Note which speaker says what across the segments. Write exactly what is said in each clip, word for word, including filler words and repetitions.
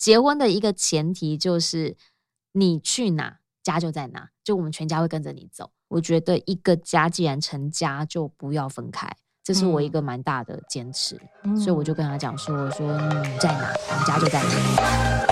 Speaker 1: 结婚的一个前提就是你去哪家就在哪，就我们全家会跟着你走。我觉得一个家既然成家就不要分开，这是我一个蛮大的坚持、嗯、所以我就跟他讲说我说你在哪我们家就在哪。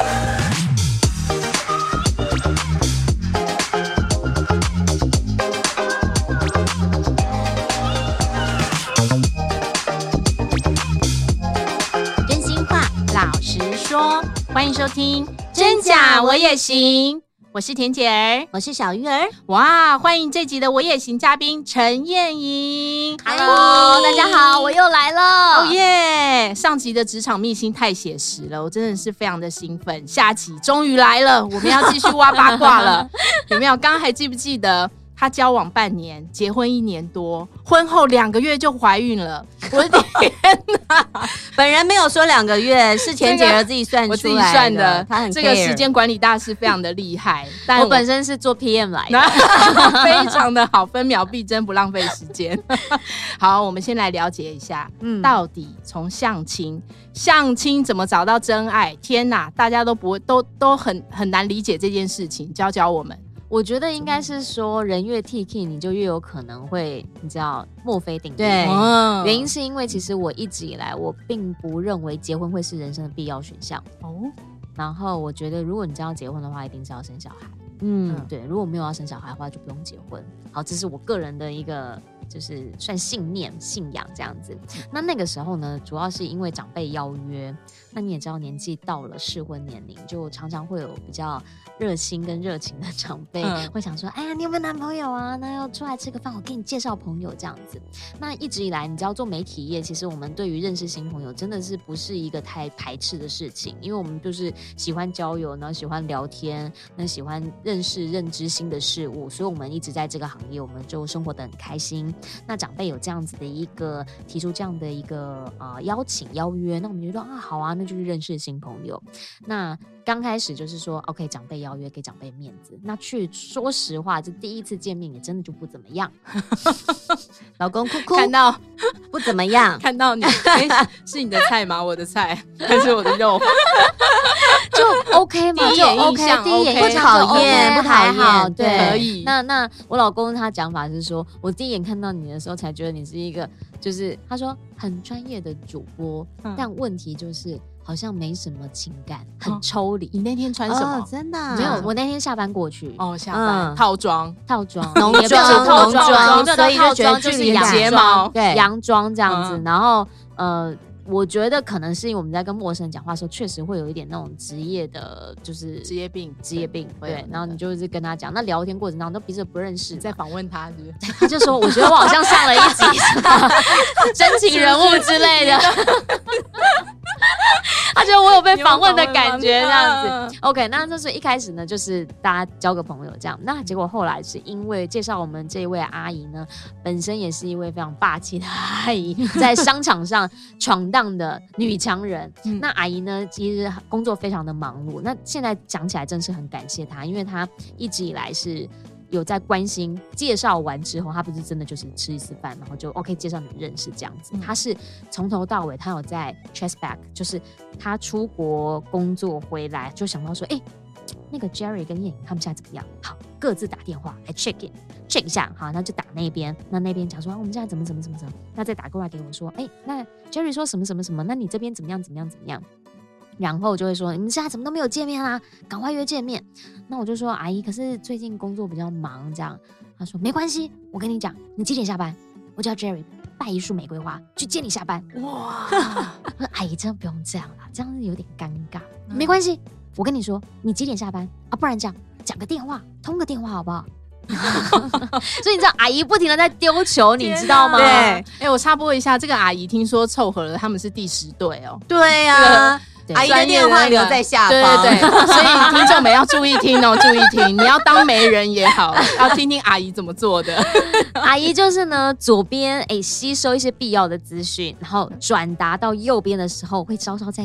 Speaker 2: 真心话老实说，欢迎收听真假我也行，我是田姐儿，
Speaker 3: 我是小鱼儿。
Speaker 2: 哇，欢迎这集的我也行嘉宾陈燕莹。
Speaker 3: Hello， 大家好，我又来了。
Speaker 2: 哦耶！上集的职场秘辛太写实了，我真的是非常的兴奋。下集终于来了，我们要继续挖八卦了。有没有？刚刚还记不记得他交往半年，结婚一年多，婚后两个月就怀孕了？我的天哪！
Speaker 3: 本人没有说两个月，是田姐儿自己算出来的，
Speaker 2: 我自己算的。
Speaker 3: 他很 care，
Speaker 2: 这个时间管理大师非常的厉害。但
Speaker 1: 我,
Speaker 2: 我
Speaker 1: 本身是做 P M 来的，
Speaker 2: 非常的好，分秒必争，不浪费时间。好，我们先来了解一下，嗯、到底从相亲，相亲怎么找到真爱？天哪，大家都不会，都都很很难理解这件事情，教教我们。
Speaker 1: 我觉得应该是说，人越 T K， 你就越有可能会，你知道墨菲定律。
Speaker 3: 对、
Speaker 1: 嗯，原因是因为其实我一直以来，我并不认为结婚会是人生的必要选项。哦，然后我觉得，如果你真要结婚的话，一定是要生小孩。嗯，嗯对，如果没有要生小孩的话，就不用结婚。好，这是我个人的一个就是算信念、信仰这样子。那那个时候呢，主要是因为长辈邀约，那你也知道，年纪到了适婚年龄，就常常会有比较热心跟热情的长辈、嗯、会想说，哎呀，你有没有男朋友啊？那要出来吃个饭，我给你介绍朋友这样子。那一直以来，你知道做媒体业，其实我们对于认识新朋友真的是不是一个太排斥的事情，因为我们就是喜欢交友，然后喜欢聊天，那喜欢认识认知新的事物，所以我们一直在这个行业，我们就生活得很开心。那长辈有这样子的一个提出这样的一个呃邀请邀约，那我们就说啊好啊，那就是认识新朋友。那刚开始就是说 OK， 长辈邀约给长辈面子，那去说实话，这第一次见面也真的就不怎么样。
Speaker 3: 老公哭哭，
Speaker 2: 看到
Speaker 3: 不怎么样，
Speaker 2: 看到你、欸、是你的菜吗？我的菜还是我的肉？
Speaker 1: 就 OK 嘛，就 OK， 第一眼
Speaker 3: 不讨厌，不讨厌，
Speaker 1: 对，
Speaker 2: 可以。
Speaker 1: 那那我老公他讲法是说，我第一眼看到你的时候才觉得你是一个，就是他说很专业的主播，嗯、但问题就是好像没什么情感，很抽离。哦、
Speaker 2: 你那天穿什么？
Speaker 3: 哦、真的、啊、
Speaker 1: 没有，我那天下班过去。
Speaker 2: 哦，下班、嗯、套装，
Speaker 1: 套装，
Speaker 3: 浓妆，
Speaker 1: 浓妆，
Speaker 3: 所以就觉得
Speaker 1: 就是洋装，
Speaker 3: 对，
Speaker 1: 洋装这样子，
Speaker 2: 嗯、
Speaker 1: 然后呃。我觉得可能是因为我们在跟陌生人讲话的时候，确实会有一点那种职业的，就是
Speaker 2: 职业病，
Speaker 1: 职业病。对，对然后你就是跟他讲，那聊天过程当中都彼此不认识，
Speaker 2: 在访问他是不是，
Speaker 1: 他就说：“我觉得我好像上了一集真情人物之类的。”他觉得我有被访问的感觉，这样子。OK， 那这是一开始呢，就是大家交个朋友这样。那结果后来是因为介绍我们这一位阿姨呢，本身也是一位非常霸气的阿姨，在商场上闯荡的女强人。嗯、那阿姨呢，其实工作非常的忙碌。那现在讲起来，真是很感谢她，因为她一直以来是有在关心，介绍完之后，他不是真的就是吃一次饭，然后就 OK 介绍你认识这样子。嗯、他是从头到尾，他有在 trace back， 就是他出国工作回来，就想到说，哎、欸，那个 Jerry 跟燕颖他们现在怎么样？好，各自打电话来 check in check 一下，好，那就打那边，那那边讲说、啊、我们现在怎么怎么怎么怎么，那再打过来给我说，哎、欸，那 Jerry 说什么什么什么，那你这边怎么样怎么样怎么样？然后就会说你们现在怎么都没有见面啊，赶快约见面。那我就说阿姨，可是最近工作比较忙这样。他说没关系，我跟你讲，你几点下班？我叫 Jerry 带一束玫瑰花去接你下班。哇！我说阿姨真的不用这样啦，这样有点尴尬。嗯、没关系，我跟你说，你几点下班啊？不然这样讲个电话，通个电话好不好？所以你知道阿姨不停的在丢球，你知道吗？
Speaker 2: 对，哎、欸，我插播一下，这个阿姨听说凑合了，他们是第十对哦。
Speaker 3: 对呀、啊。阿姨的电话留在下方，
Speaker 2: 对对对，所以听众们要注意听哦，注意听，你要当媒人也好，要听听阿姨怎么做的。
Speaker 1: 阿姨就是呢，左边哎吸收一些必要的资讯，然后转达到右边的时候会稍稍再美化。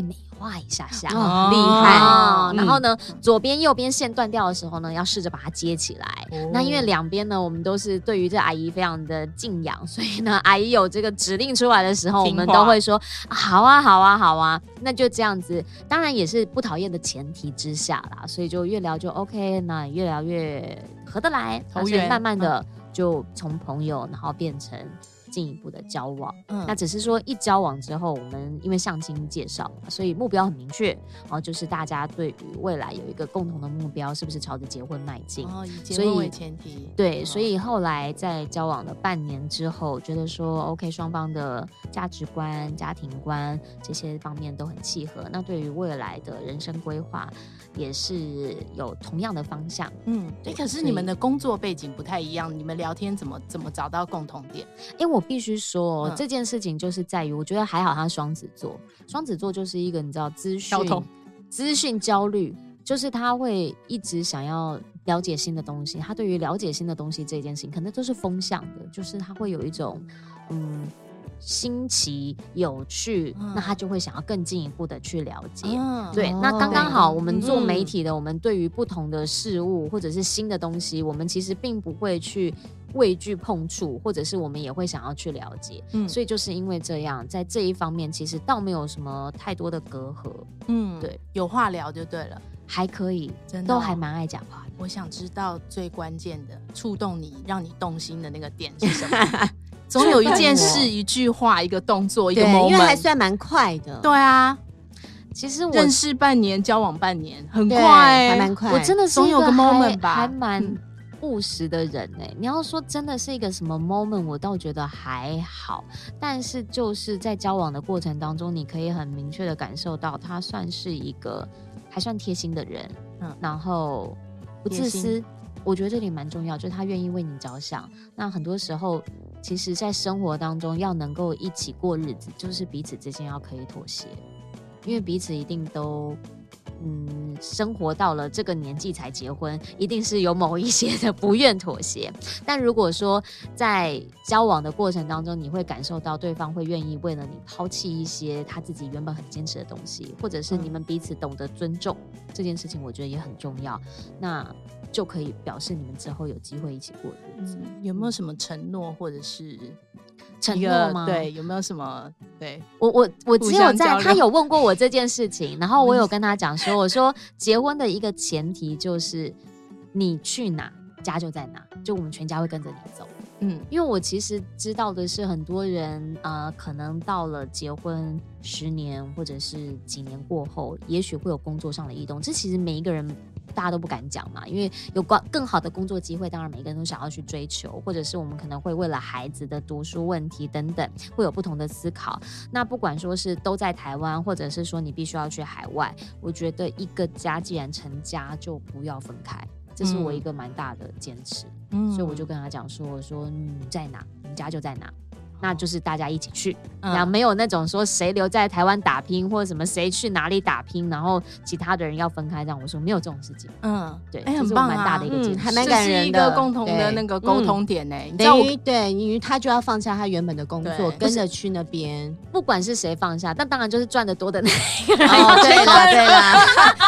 Speaker 1: 画一下下，
Speaker 2: 哦
Speaker 3: 厉害
Speaker 1: 哦，
Speaker 3: 嗯
Speaker 1: 然后呢，左边右边线断掉的时候呢，要试着把它接起来。
Speaker 2: 哦
Speaker 1: 那因为两边呢，我们都是对于这阿姨非常的敬仰，所以呢，阿姨有这个指令出来的时候，我
Speaker 2: 听话
Speaker 1: 们都会说好啊，好啊，好啊。那就这样子，当然也是不讨厌的前提之下啦，所以就越聊就 OK， 那越聊越合得来，
Speaker 2: 投缘
Speaker 1: 那所以慢慢的就从朋友，然后变成进一步的交往。
Speaker 2: 嗯
Speaker 1: 那只是说一交往之后，我们因为相亲介绍嘛，所以目标很明确，然后就是大家对于未来有一个共同的目标，是不是朝着结婚迈进？
Speaker 2: 哦，以结
Speaker 1: 所以
Speaker 2: 婚为前提，
Speaker 1: 对，
Speaker 2: 哦
Speaker 1: 所以后来在交往了半年之后，觉得说 OK， 双方的价值观、家庭观这些方面都很契合。那对于未来的人生规划，也是有同样的方向。
Speaker 2: 嗯，对。
Speaker 1: 对
Speaker 2: 可是
Speaker 1: 所以
Speaker 2: 你们的工作背景不太一样，你们聊天怎么怎么找到共同点？
Speaker 1: 因为我必须说、
Speaker 2: 嗯
Speaker 1: 这件事情就是在于，我觉得还好他双子座，双子座就是一个你知道资讯
Speaker 2: 交通
Speaker 1: 资讯焦虑，就是他会一直想要了解新的东西，他对于了解新的东西这件事情，可能都是风向的，就是他会有一种嗯新奇有趣，
Speaker 2: 嗯
Speaker 1: 那他就会想要更进一步的去了解。
Speaker 2: 嗯
Speaker 1: 对，
Speaker 3: 哦
Speaker 1: 那刚刚好，我们做
Speaker 3: 嗯
Speaker 1: 媒体的，我们对于不同的事物或者是新的东西，我们其实并不会去畏惧碰触，或者是我们也会想要去了解。
Speaker 2: 嗯
Speaker 1: 所以就是因为这样，在这一方面，其实倒没有什么太多的隔阂，
Speaker 2: 嗯
Speaker 1: 对，
Speaker 2: 有话聊就对了。
Speaker 1: 还可以，
Speaker 2: 真的哦
Speaker 1: 都还蛮爱讲话的。
Speaker 2: 我想知道最关键的触动你、让你动心的那个点是什么？总有一件事、一句话、一个动作、一个
Speaker 3: 对，因为还
Speaker 2: moment。
Speaker 3: 算蛮快的，
Speaker 2: 对啊，
Speaker 1: 其实我
Speaker 2: 认识半年，交往半年，很
Speaker 3: 对，
Speaker 2: 快欸，
Speaker 3: 还蛮快。
Speaker 1: 我真的是一
Speaker 2: 总有个
Speaker 1: 还
Speaker 2: moment 吧
Speaker 1: 还蛮
Speaker 2: 嗯
Speaker 1: 务实的人哎、你要说真的是一个什么 moment，我倒觉得还好，但是就是在交往的过程当中，你可以很明确的感受到他算是一个还算贴心的人，
Speaker 2: 嗯
Speaker 1: 嗯，然后不自
Speaker 2: 贴
Speaker 1: 私
Speaker 2: 心。
Speaker 1: 我觉得这里蛮重要，就是他愿意为你着想。那很多时候，其实在生活当中要能够一起过日子，就是彼此之间要可以妥协，因为彼此一定都。嗯，生活到了这个年纪才结婚，一定是有某一些的不愿妥协。但如果说在交往的过程当中，你会感受到对方会愿意为了你抛弃一些他自己原本很坚持的东西，或者是你们彼此懂得尊重、这件事情，我觉得也很重要。那就可以表示你们之后有机会一起过日子。
Speaker 2: 嗯，有没有什么承诺或者是
Speaker 1: 承
Speaker 2: 一个
Speaker 1: 诺吗？
Speaker 2: 对，有没有什么对？
Speaker 1: 我我我只有
Speaker 2: 互相交流
Speaker 1: 在他有问过我这件事情，然后我有跟他讲说，我说结婚的一个前提就是你去哪家就在哪，就我们全家会跟着你走。
Speaker 2: 嗯
Speaker 1: 因为我其实知道的是，很多人呃，可能到了结婚十年或者是几年过后，也许会有工作上的异动。这其实每一个人大家都不敢讲嘛，因为有更更好的工作机会，当然每个人都想要去追求，或者是我们可能会为了孩子的读书问题等等，会有不同的思考。那不管说是都在台湾，或者是说你必须要去海外，我觉得一个家既然成家，就不要分开。这是我一个蛮大的坚持，
Speaker 2: 嗯
Speaker 1: 所以我就跟他讲说，我说你在哪，你家就在哪，那就是大家一起去，
Speaker 2: 嗯
Speaker 1: 然后没有那种说谁留在台湾打拼，或者什么谁去哪里打拼，然后其他的人要分开，这样我说没有这种事情。
Speaker 2: 嗯，
Speaker 1: 对，
Speaker 2: 哎，
Speaker 1: 这
Speaker 2: 很棒啊
Speaker 1: 是我蛮大的一，个坚持，
Speaker 3: 嗯还蛮感
Speaker 2: 这是一
Speaker 3: 人的
Speaker 2: 个共同的
Speaker 3: 对
Speaker 2: 那个沟通点呢。你知道我
Speaker 3: 等于对，等于他就要放下他原本的工
Speaker 2: 对
Speaker 3: 作，跟着去那边。
Speaker 1: 不管是谁放下，但当然就是赚的多的那一个人，
Speaker 3: 哦，对啦，对啦，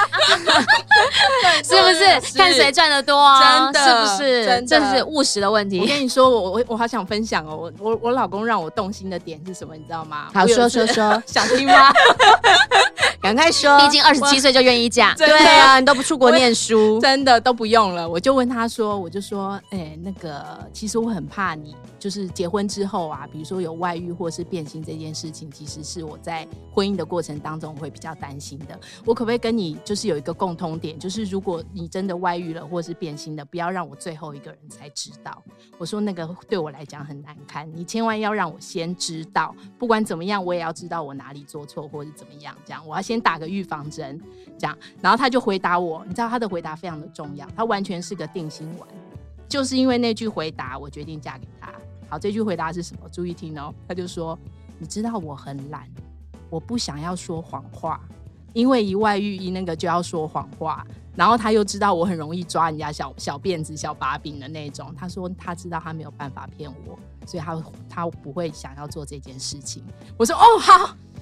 Speaker 1: 是不是？看谁赚的多啊？
Speaker 2: 真的
Speaker 1: 是不是？
Speaker 2: 真的
Speaker 1: 这是务实的问
Speaker 2: 我
Speaker 1: 题。
Speaker 2: 跟你说，我我我好想分享哦，我我我老公让我动心的点是什么，你知道吗？
Speaker 3: 好说
Speaker 2: 我有一次
Speaker 3: 说说
Speaker 2: 想听吗？
Speaker 3: 赶快说。
Speaker 1: 毕竟二十七岁就愿意嫁，
Speaker 2: 真的
Speaker 3: 对啊，你都不出国念书，
Speaker 2: 真的都不用了，我就问他说，我就说，哎、那个，其实我很怕你，就是结婚之后啊，比如说有外遇或是变心这件事情，其实是我在婚姻的过程当中会比较担心的。我可不可以跟你就是有一个共通点，就是如果你真的外遇了或是变心了，不要让我最后一个人才知道。我说那个对我来讲很难堪，你千万要让我先知道，不管怎么样，我也要知道我哪里做错或者怎么样，这样我要先打个预防针，这样。然后他就回答我，你知道他的回答非常的重要，他完全是个定心丸，就是因为那句回答，我决定嫁给他。好，这句回答是什么？注意听哦，他就说，你知道我很懒，我不想要说谎话，因为一外遇一那个就要说谎话，然后他又知道我很容易抓人家小小辫子、小把柄的那种。他说他知道他没有办法骗我，所以他他不会想要做这件事情。我说哦好，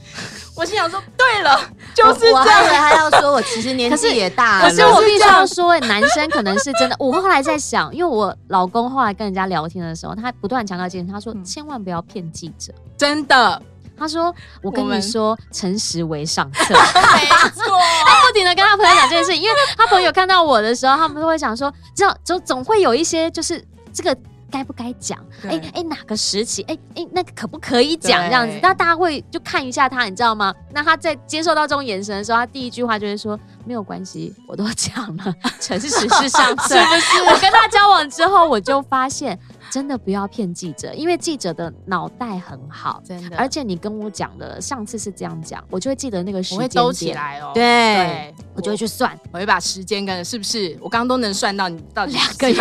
Speaker 2: 我心想说，对了，就是这样。
Speaker 3: 我还以为他要说我其实年纪也大了，
Speaker 1: 可是我必须要说，男生可能是真的。我后来在想，因为我老公后来跟人家聊天的时候，他不断强调一件事，他说、嗯、千万不要骗记者，
Speaker 2: 真的。
Speaker 1: 他说：“我跟你说，诚实为上策。”
Speaker 2: 没错，
Speaker 1: 他不停的跟他朋友讲这件事情，因为他朋友看到我的时候，他们都会想说，知道就总会有一些就是这个该不该讲，哎哎、欸欸、哪个时期，哎、欸、哎、欸、那个可不可以讲这样子？那大家会就看一下他，你知道吗？那他在接受到这种眼神的时候，他第一句话就会说：“没有关系，我都讲了，诚实是上策。”是不是？我跟他交往之后，我就发现。真的不要骗记者，因为记者的脑袋很好，
Speaker 2: 真的。
Speaker 1: 而且你跟我讲的上次是这样讲，我就会记得那个时间点，
Speaker 2: 我会兜起来哦。
Speaker 1: 对，
Speaker 2: 对
Speaker 1: 我就会去算，
Speaker 2: 我会把时间跟是不是，我刚刚都能算到你到底
Speaker 1: 两个月。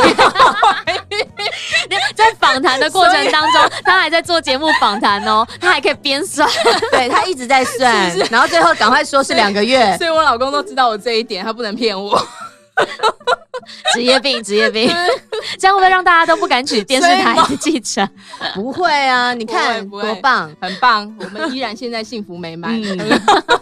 Speaker 1: 在访谈的过程当中，他还在做节目访谈哦，他还可以边算，
Speaker 3: 对他一直在算，是是然后最后赶快说是两个月，
Speaker 2: 所以我老公都知道我这一点，他不能骗我。
Speaker 1: 职业病，职业病，这样会不会让大家都不敢娶电视台的记者？
Speaker 3: 不会啊，你看
Speaker 2: 不会不会
Speaker 3: 多棒，
Speaker 2: 很棒，我们依然现在幸福美满，嗯、对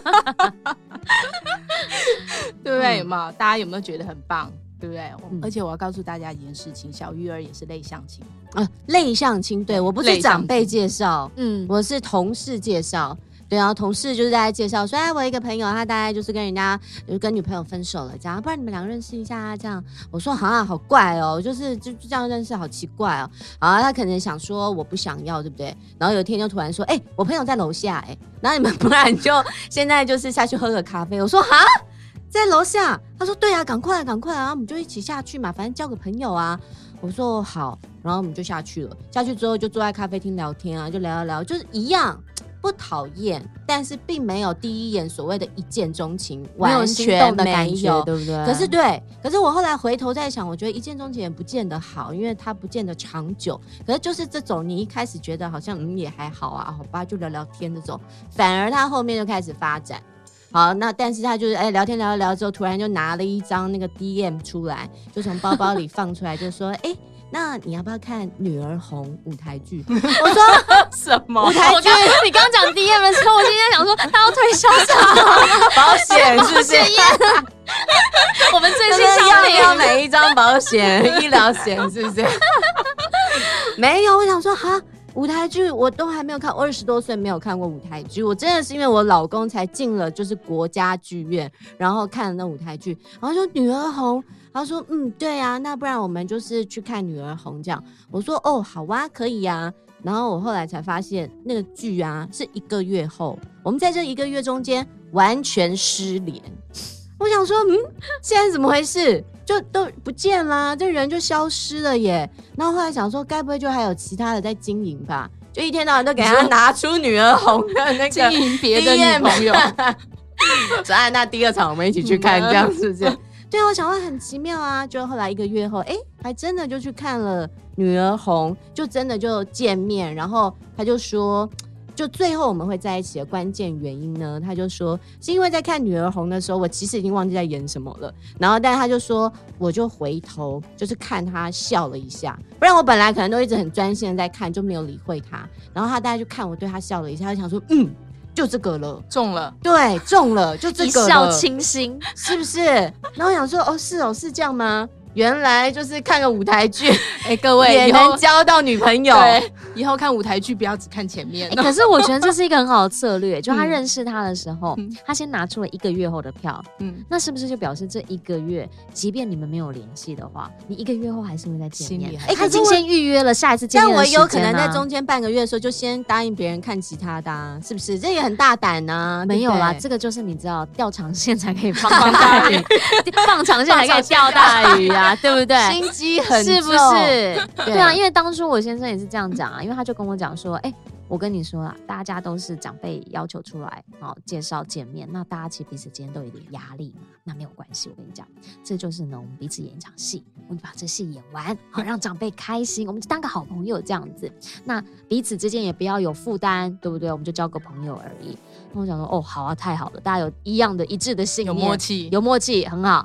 Speaker 2: 不对？有没有？大家有没有觉得很棒？对不对？嗯、而且我要告诉大家一件事情，小鱼儿也是类相亲
Speaker 3: 啊，类相亲，对我不是长辈介绍，嗯，我是同事介绍。对啊，同事就是在介绍说，哎，我一个朋友，他大概就是跟人家就是跟女朋友分手了，这样，不然你们两个认识一下啊，这样。我说，好啊，好怪哦，就是就就这样认识，好奇怪哦。啊，他可能想说我不想要，对不对？然后有一天就突然说，哎，我朋友在楼下，哎，然后你们不然就现在就是下去喝个咖啡。我说，哈，在楼下？他说，对啊，赶快赶快啊，我们就一起下去嘛，反正交个朋友啊。我说好，然后我们就下去了。下去之后就坐在咖啡厅聊天啊，就聊聊聊，就是一样。不讨厌，但是并没有第一眼所谓的一见钟情，完全没有，
Speaker 1: 感觉对不对？
Speaker 3: 可是对，可是我后来回头再想，我觉得一见钟情也不见得好，因为它不见得长久。可是就是这种，你一开始觉得好像嗯也还好啊，好吧，就聊聊天这种，反而他后面就开始发展。好，那但是他就是哎聊天聊一聊之后，突然就拿了一张那个 D M 出来，就从包包里放出来，就说哎。那你要不要看《女儿红》舞台剧？我说
Speaker 2: 什么
Speaker 3: 舞台剧？
Speaker 1: 你刚讲 D M 的时候，我今天想说他要推销什么
Speaker 3: 保险是不是？
Speaker 1: 我们最新商品
Speaker 3: 要买一张保险，医疗险是不是？没有，我想说哈。舞台剧我都还没有看，二十多岁没有看过舞台剧，我真的是因为我老公才进了就是国家剧院，然后看了那舞台剧，然后说女儿红，他说嗯对啊，那不然我们就是去看女儿红这样，我说哦好啊可以啊，然后我后来才发现那个剧啊是一个月后，我们在这一个月中间完全失联，我想说嗯现在怎么回事？就都不见啦，这人就消失了耶。然后后来想说，该不会就还有其他的在经营吧？就一天到晚都给他拿出女儿红的那个
Speaker 2: 经营别的女朋友。
Speaker 3: 所以那第二场我们一起去看，这样是不是？对，我想说很奇妙啊。就后来一个月后，哎，还真的就去看了女儿红，就真的就见面，然后他就说。就最后我们会在一起的关键原因呢，他就说是因为在看女儿红的时候，我其实已经忘记在演什么了，然后但他就说我就回头就是看他笑了一下，不然我本来可能都一直很专心的在看，就没有理会他，然后他大概就看我对他笑了一下，他就想说嗯就这个了，
Speaker 2: 中了，
Speaker 3: 对，中了，就这个了，
Speaker 1: 一笑倾心，
Speaker 3: 是不是？然后我想说哦是哦是这样吗？原来就是看个舞台剧，
Speaker 2: 哎、欸，各位
Speaker 3: 也能交到女朋友。
Speaker 2: 对，以后看舞台剧不要只看前面。
Speaker 1: 欸、可是我觉得这是一个很好的策略，就他认识他的时候，嗯、他先拿出了一个月后的票，嗯，那是不是就表示这一个月，即便你们没有联系的话，你一个月后还是会再见面？哎、欸，他已经先预约了下一次见面的时间、啊、
Speaker 3: 但我有可能在中间半个月的时候就先答应别人看其他的、啊，是不是？这也很大胆啊。
Speaker 1: 没有啦，这个就是你知道，钓长线才可以放大鱼，放长线才可以钓大鱼啊，对不对？
Speaker 3: 心机很重，
Speaker 1: 是不是？对啊，因为当初我先生也是这样讲啊，因为他就跟我讲说，哎、欸，我跟你说啦，大家都是长辈要求出来，哦，介绍见面，那大家其实彼此之间都有点压力嘛，那没有关系，我跟你讲，这就是呢，我们彼此演一场戏，我们把这戏演完，好让长辈开心，我们就当个好朋友这样子，那彼此之间也不要有负担，对不对？我们就交个朋友而已。那我想说，哦，好啊，太好了，大家有一样的一致的信念，
Speaker 2: 有默契，
Speaker 1: 有默契，很好。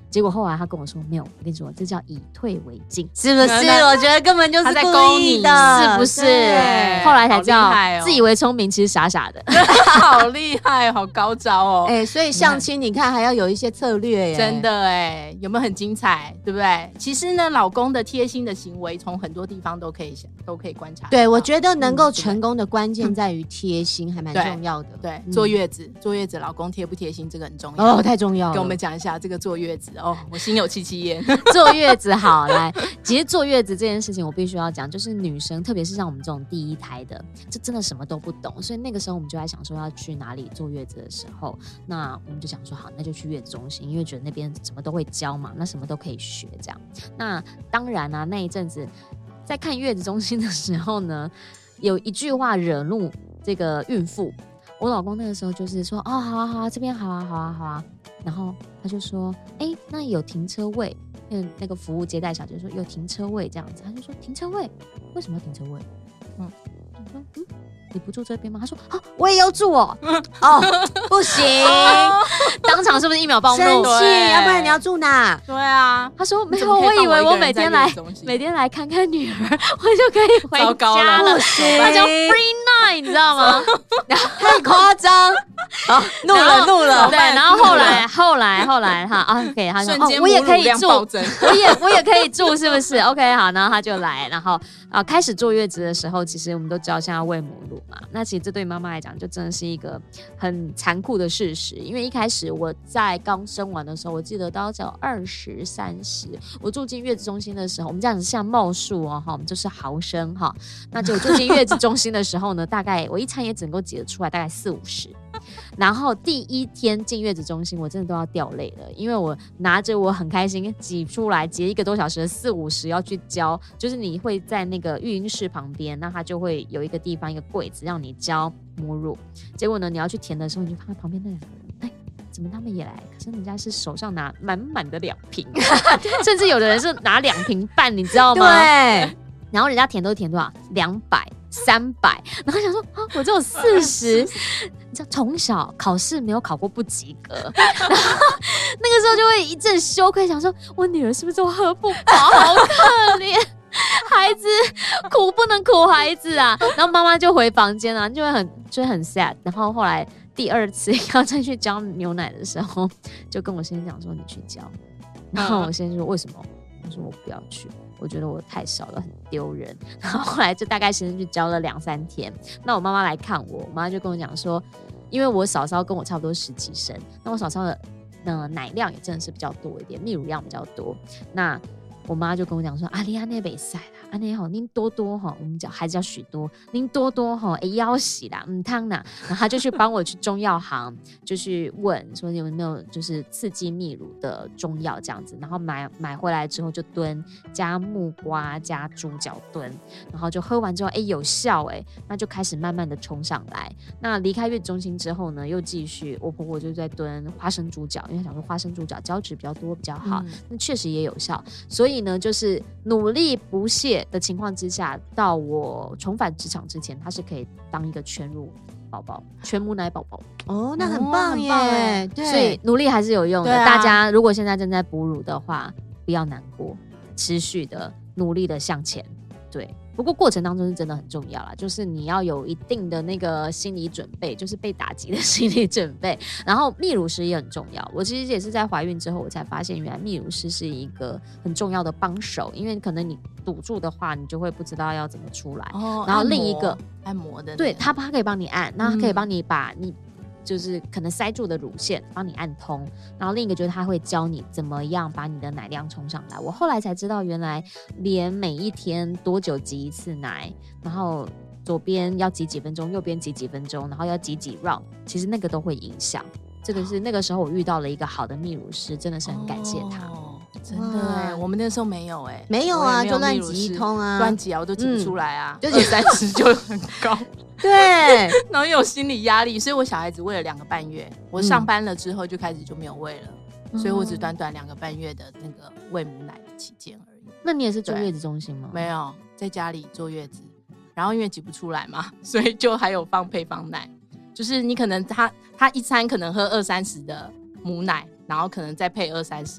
Speaker 1: 结果后来他跟我说没有，我跟你说这叫以退为进，
Speaker 3: 是不是？我觉得根本就是
Speaker 2: 在
Speaker 3: 故意的，
Speaker 1: 是不是？后来才知道、
Speaker 2: 哦、
Speaker 1: 自以为聪明，其实傻傻的。
Speaker 2: 好厉害，好高招哦！
Speaker 3: 哎、欸，所以相亲你看还要有一些策略耶，
Speaker 2: 真的哎，有没有很精彩？对不对？其实呢，老公的贴心的行为从很多地方都可以都可以观察。
Speaker 3: 对，我觉得能够成功的关键在于贴心，还蛮重要的。
Speaker 2: 对，对嗯、坐月子，坐月子老公贴不贴心，这个很重要
Speaker 3: 哦，太重要了。
Speaker 2: 跟我们讲一下这个坐月子哦，我心有戚戚焉。
Speaker 1: 坐月子好来，其实坐月子这件事情我必须要讲，就是女生，特别是像我们这种第一胎的，这真的什么都不懂，所以那个时候我们就在想说要去哪里坐月子的时候，那我们就想说好，那就去月子中心，因为觉得那边什么都会教嘛，那什么都可以学这样。那当然啊，那一阵子在看月子中心的时候呢，有一句话惹怒这个孕妇，我老公那个时候就是说哦，好啊好啊，这边好啊好啊好啊，然后他就说哎、欸，那有停车位，嗯，那个服务接待小姐说有停车位这样子，他就说停车位为什么要停车位？嗯，我说嗯。你不住这边吗？他说啊，我也要住哦。
Speaker 3: 哦，不行，
Speaker 1: 当场是不是一秒暴怒？
Speaker 3: 生气，要不然你要住哪？
Speaker 2: 对啊，
Speaker 1: 他说没有，我以为我每天来每天来看看女儿，我就可以回家了。他叫 free night， 你知道吗？
Speaker 3: 太夸张，好，怒了怒了。
Speaker 1: 对，然后后来后来后来哈啊，可以，他说哦，我也可以住，我也我也可以住，是不是 ？OK， 好，然后他就来，然后啊，开始坐月子的时候，其实我们都知道现在喂母乳。那其实这对妈妈来讲就真的是一个很残酷的事实，因为一开始我在刚生完的时候，我记得到只有二十三十，我住进月子中心的时候，我们这样子像貌数哦，我们就是毫升哈，那就住进月子中心的时候呢，大概我一餐也只能够挤得出来大概四五十，然后第一天进月子中心，我真的都要掉泪了，因为我拿着我很开心挤出来挤一个多小时的四五十要去交，就是你会在那个育婴室旁边，那它就会有一个地方一个柜子让你交母乳，结果呢你要去填的时候，你就看到旁边那两个人，哎，怎么他们也来？可是人家是手上拿满满的两瓶，甚至有的人是拿两瓶半，你知道吗？
Speaker 3: 对，
Speaker 1: 然后人家填都填多少？两百。三百，然后想说啊，我只有四十，你知道从小考试没有考过不及格，然后那个时候就会一阵羞愧，想说我女儿是不是我喝不饱，好可怜，孩子苦不能苦孩子啊，然后妈妈就回房间啊，就会很就会很 sad， 然后后来第二次要再去交牛奶的时候，就跟我先生讲说你去交，然后我先生说为什么？我说我不要去。我觉得我太少了，很丢人。然后后来就大概先去教了两三天。那我妈妈来看我，我妈就跟我讲说，因为我嫂嫂跟我差不多十几升，那我嫂嫂的呃奶量也真的是比较多一点，泌乳量比较多。那我妈就跟我讲说，啊，你安内袂使啦，安内吼，您多多吼，我们叫孩子叫许多，您多多吼，哎要死啦，唔汤啦。然后他就去帮我去中药行，就去问说有没有就是刺激泌乳的中药这样子，然后买买回来之后就炖，加木瓜加猪脚炖，然后就喝完之后，哎有效哎，那就开始慢慢的冲上来。那离开月子中心之后呢，又继续，我婆婆就在炖花生猪脚，因为想说花生猪脚胶质比较多比较好，嗯、那确实也有效，所以呢，就是努力不懈的情况之下，到我重返职场之前，他是可以当一个全乳宝宝、全母奶宝宝。
Speaker 3: 哦，那很棒耶！哦、
Speaker 1: 对，所以努力还是有用的。啊、大家如果现在正在哺乳的话，不要难过，持续的努力的向前。对，不过过程当中是真的很重要啦，就是你要有一定的那个心理准备，就是被打击的心理准备。然后泌乳师也很重要，我其实也是在怀孕之后我才发现，原来泌乳师是一个很重要的帮手，因为可能你堵住的话，你就会不知道要怎么出来。
Speaker 2: 哦、
Speaker 1: 然后另一个
Speaker 2: 按摩的，
Speaker 1: 对他他可以帮你按，那他可以帮你把你。就是可能塞住的乳腺帮你按通，然后另一个就是他会教你怎么样把你的奶量冲上来。我后来才知道，原来连每一天多久挤一次奶，然后左边要挤几分钟，右边挤几分钟，然后要挤几 round， 其实那个都会影响。这个是那个时候我遇到了一个好的泌乳师，真的是很感谢他。
Speaker 2: 哦、真的哎，我们那时候没有哎，
Speaker 3: 没有啊，就乱挤一通啊，
Speaker 2: 乱挤啊，我都挤不出来啊，
Speaker 3: 就
Speaker 2: 二三十就很高。
Speaker 3: 对，
Speaker 2: 然后又有心理压力，所以我小孩子喂了两个半月，我上班了之后就开始就没有喂了，嗯、所以我只短短两个半月的那个喂母奶的期间而已。
Speaker 1: 那你也是坐月子中心吗？
Speaker 2: 没有，在家里坐月子，然后因为挤不出来嘛，所以就还有放配方奶，就是你可能他他一餐可能喝二三十的母奶，然后可能再配二三十的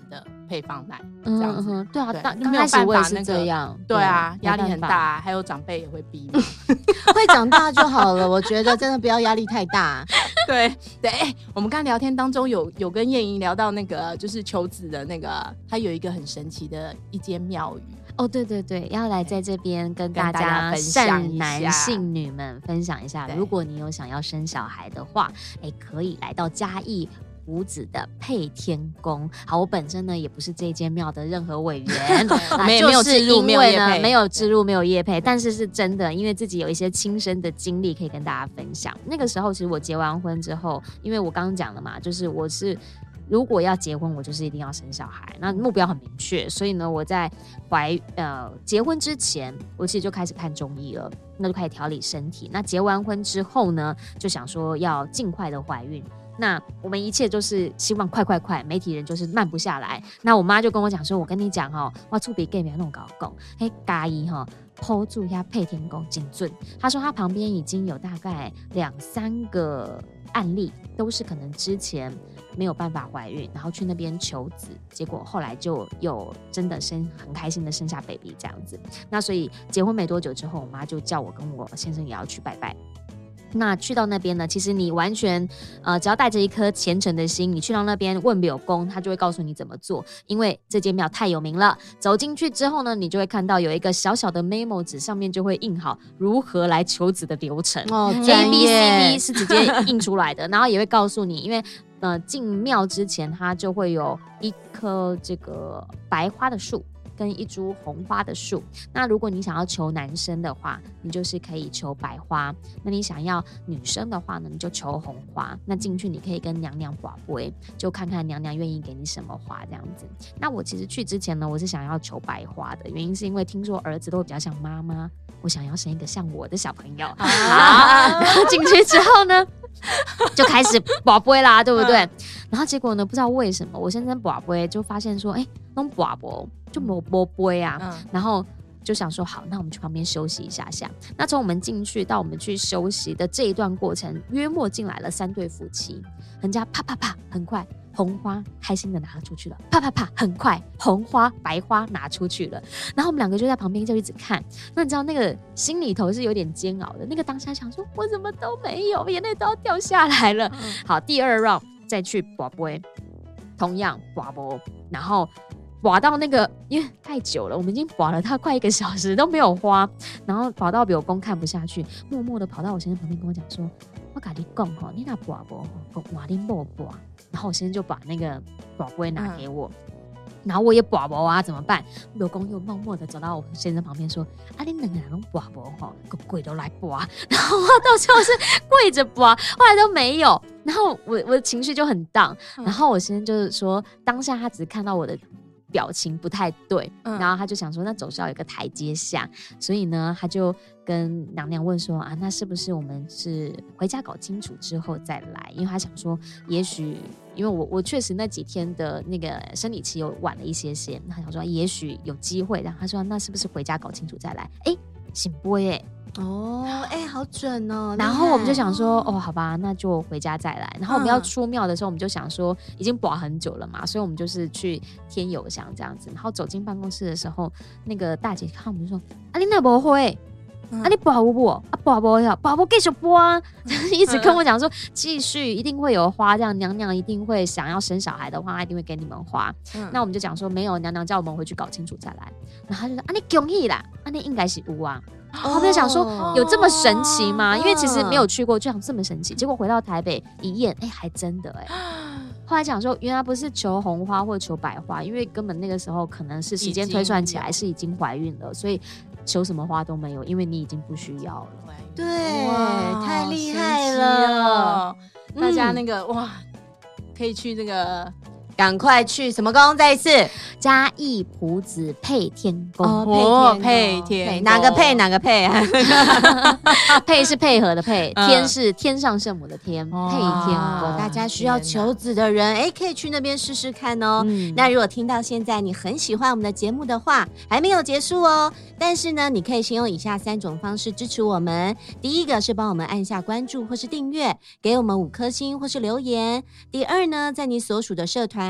Speaker 2: 配方奶这样子。
Speaker 1: 嗯、对啊，刚
Speaker 2: 刚
Speaker 1: 开始我也是这样，
Speaker 2: 对啊，压力很大，还有长辈也会逼嘛。
Speaker 3: 会长大就好了，我觉得真的不要压力太大。
Speaker 2: 对对，哎，我们刚聊天当中有有跟燕莹聊到那个就是求子的那个，他有一个很神奇的一间庙宇。
Speaker 1: 哦，对对对，要来在这边跟大家善男信女们分享一下，如果你有想要生小孩的话，哎，可以来到嘉义五子的配天宫。好，我本身呢也不是这间庙的任何委员，
Speaker 2: 我们也没有置入，
Speaker 1: 没有呢没有置入，没有业配，但是是真的，因为自己有一些亲身的经历可以跟大家分享。那个时候其实我结完婚之后，因为我刚刚讲了嘛，就是我是如果要结婚，我就是一定要生小孩，那目标很明确，所以呢，我在怀呃结婚之前，我其实就开始看中医了，那就开始调理身体。那结完婚之后呢，就想说要尽快的怀孕。那我们一切就是希望快快快，媒体人就是慢不下来。那我妈就跟我讲说，我跟你讲哦，我出比 gay 没有那种搞讲，嘿嘉义哈 hold 住一下配天宫精准。她说她旁边已经有大概两三个案例，都是可能之前没有办法怀孕，然后去那边求子，结果后来就有真的生很开心的生下 baby 这样子。那所以结婚没多久之后，我妈就叫我跟我先生也要去拜拜。那去到那边呢，其实你完全呃，只要带着一颗虔诚的心，你去到那边问柳公，他就会告诉你怎么做，因为这间庙太有名了。走进去之后呢，你就会看到有一个小小的 memo 纸，上面就会印好如何来求子的流程，
Speaker 3: 哦
Speaker 1: A B C D 是直接印出来的，然后也会告诉你，因为呃进庙之前，它就会有一棵这个白花的树。跟一株红花的树，那如果你想要求男生的话，你就是可以求白花；那你想要女生的话呢，你就求红花。那进去你可以跟娘娘拔杯，就看看娘娘愿意给你什么花这样子。那我其实去之前呢，我是想要求白花的，原因是因为听说儿子都会比较像妈妈，我想要生一个像我的小朋友。啊、好，然后进去之后呢，就开始拔杯啦，对不对？然后结果呢，不知道为什么我先生拔杯就发现说，哎，那种拔杯就没有拔杯啊、嗯，然后就想说好，那我们去旁边休息一下下。那从我们进去到我们去休息的这一段过程，约莫进来了三对夫妻，人家啪啪啪，很快红花开心的拿出去了，啪啪啪，很快红花白花拿出去了。然后我们两个就在旁边就一直看，那你知道那个心里头是有点煎熬的，那个当下想说我怎么都没有，眼泪都要掉下来了。嗯、好，第二 round 再去拔杯，同样拔杯，然后拔到那个，因为太久了，我们已经拔了它快一个小时都没有花，然后拔到柳公看不下去，默默的跑到我先生旁边跟我讲说，我跟你讲吼，你那拔不好，我你没拔。然后我先生就把那个拔杯拿给我、嗯，然后我也拔不啊，怎么办？柳公又默默的走到我先生旁边说，啊，你两个人都拔不好，个鬼都来拔。然后我到最后是跪着拔，后来都没有。然后我我的情绪就很荡、嗯，然后我先生就是说，当下他只看到我的表情不太对、嗯，然后他就想说那总是要有一个台阶下，所以呢他就跟娘娘问说啊，那是不是我们是回家搞清楚之后再来？因为他想说也许因为我我确实那几天的那个生理期有晚了一些些，他想说也许有机会，然后他说那是不是回家搞清楚再来？哎，醒波耶！
Speaker 3: 哦，哎、欸，好准哦！
Speaker 1: 然后我们就想说，哦，好吧，那就回家再来。然后我们要出庙的时候，我们就想说，已经拔很久了嘛，所以我们就是去添油香这样子。然后走进办公室的时候，那个大姐看我们就说：“啊，你那不会？啊，你拔不不？啊，拔不要，拔不继续拔啊！”一直跟我讲说，继续一定会有花，这样娘娘一定会想要生小孩的话，她一定会给你们花。嗯、那我们就讲说，没有，娘娘叫我们回去搞清楚再来。然后他就说：“啊，你恭喜啦！啊，你应该是有啊。”后面想说有这么神奇吗？因为其实没有去过，就想这么神奇。结果回到台北一验，哎、欸，还真的哎、欸。后来讲说，原来不是求红花或求白花，因为根本那个时候可能是时间推算起来是已经怀孕了，所以求什么花都没有，因为你已经不需要了。
Speaker 3: 对，太厉害了！
Speaker 2: 大家那个、嗯、哇，可以去那个。
Speaker 3: 赶快去什么宫？再一次，
Speaker 1: 嘉义朴子配天宫。
Speaker 3: 哦，
Speaker 2: 配天，
Speaker 3: 哪个配哪个配啊？
Speaker 1: 配是配合的配，嗯、天是天上圣母的天，哦、配天宫。
Speaker 3: 大家需要求子的人，哎，可以去那边试试看哦、嗯。那如果听到现在你很喜欢我们的节目的话，还没有结束哦。但是呢，你可以先用以下三种方式支持我们。第一个是帮我们按下关注或是订阅，给我们五颗星或是留言。第二呢，在你所属的社团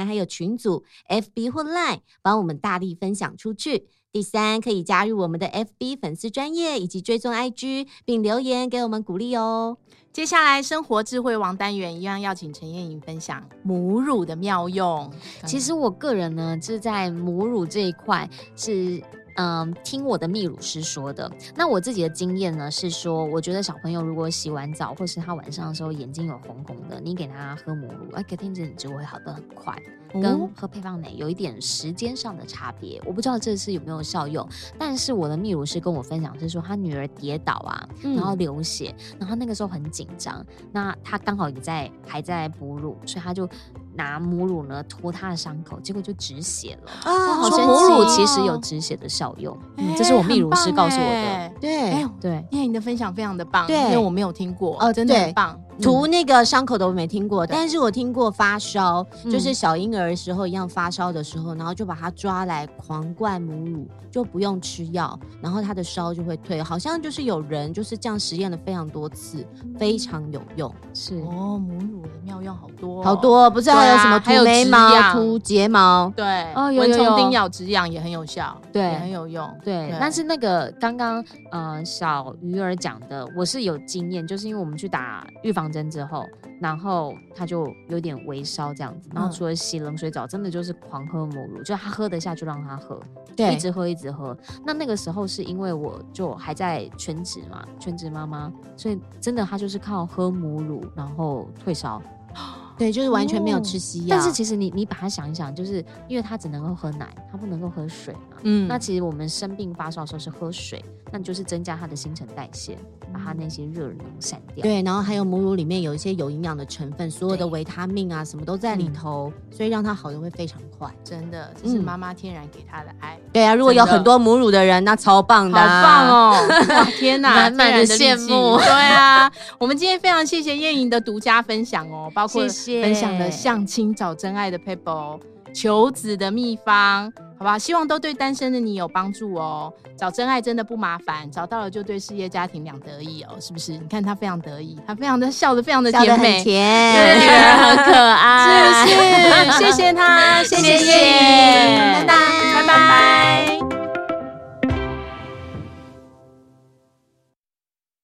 Speaker 3: 团还有群组 F B 或 Line 帮我们大力分享出去。第三，可以加入我们的 F B 粉丝专页以及追踪 I G 并留言给我们鼓励哦。
Speaker 2: 接下来生活智慧王单元一样要请陈燕颖分享母乳的妙用。
Speaker 1: 其实我个人呢是在母乳这一块是嗯，听我的泌乳师说的。那我自己的经验呢是说，我觉得小朋友如果洗完澡或是他晚上的时候眼睛有红红的，你给他喝母乳，哎，隔天真的就会好得很快，跟喝配方奶有一点时间上的差别。我不知道这次有没有效用，但是我的泌乳师跟我分享是说，他女儿跌倒啊，然后流血，嗯、然后那个时候很紧张，那他刚好也在还在哺乳，所以他就拿母乳呢拖他的伤口，结果就止血了。
Speaker 3: 啊，好
Speaker 1: 说
Speaker 3: 神奇！
Speaker 1: 母乳其实有止血的效用，嗯，这是我泌乳师告诉我的。
Speaker 3: 对，
Speaker 2: 哎
Speaker 1: 对，
Speaker 2: 燕颖的分享非常的棒，
Speaker 3: 对，
Speaker 2: 因为我没有听过，
Speaker 3: 哦，
Speaker 2: 真的很棒。
Speaker 3: 涂那个伤口都没听过，但是我听过发烧，
Speaker 1: 嗯、
Speaker 3: 就是小婴儿的时候一样发烧的时候，然后就把他抓来狂灌母乳，就不用吃药，然后他的烧就会退。好像就是有人就是这样实验了非常多次，非常有用。
Speaker 1: 是
Speaker 2: 哦，母乳的妙用好多、哦，
Speaker 3: 好多，不知道还有什么涂眉毛、涂睫毛，
Speaker 2: 对，
Speaker 1: 哦，有
Speaker 2: 蚊虫叮咬止痒也很有效，
Speaker 1: 对，
Speaker 2: 也很有用，
Speaker 1: 对。对但是那个刚刚呃小鱼儿讲的，我是有经验，就是因为我们去打预防针之后，然后他就有点微烧这样子，然后除了洗冷水澡，真的就是狂喝母乳，就他喝得下就让他喝，
Speaker 3: 对，
Speaker 1: 一直喝一直喝。那那个时候是因为我就还在全职嘛，全职妈妈，所以真的他就是靠喝母乳然后退烧。
Speaker 3: 对，就是完全没有吃西药、哦。
Speaker 1: 但是其实你你把它想一想，就是因为他只能够喝奶，他不能够喝水嘛。嗯，那其实我们生病发烧的时候是喝水，那就是增加它的新陈代谢，把它那些热能散掉。
Speaker 3: 对，然后还有母乳里面有一些有营养的成分，所有的维他命啊什么都在里头，嗯、所以让它好的会非常快。
Speaker 2: 真的，这是妈妈天然给他的爱。
Speaker 3: 嗯、对啊，如果有很多母乳的人，那超棒的、啊，
Speaker 2: 好棒哦！天哪，
Speaker 1: 满满的羡慕。
Speaker 2: 对啊，我们今天非常谢谢燕颖的独家分享哦，包括
Speaker 1: 谢谢
Speaker 2: 分享了相亲找真爱的 paper， 求子的秘方。好吧，希望都对单身的你有帮助哦。找真爱真的不麻烦，找到了就对事业家庭两得意哦，是不是？你看他非常得意，他非常的笑得非常的甜美，
Speaker 3: 甜，
Speaker 1: 女儿很可爱，
Speaker 2: 是不是？谢谢他，谢谢燕颖。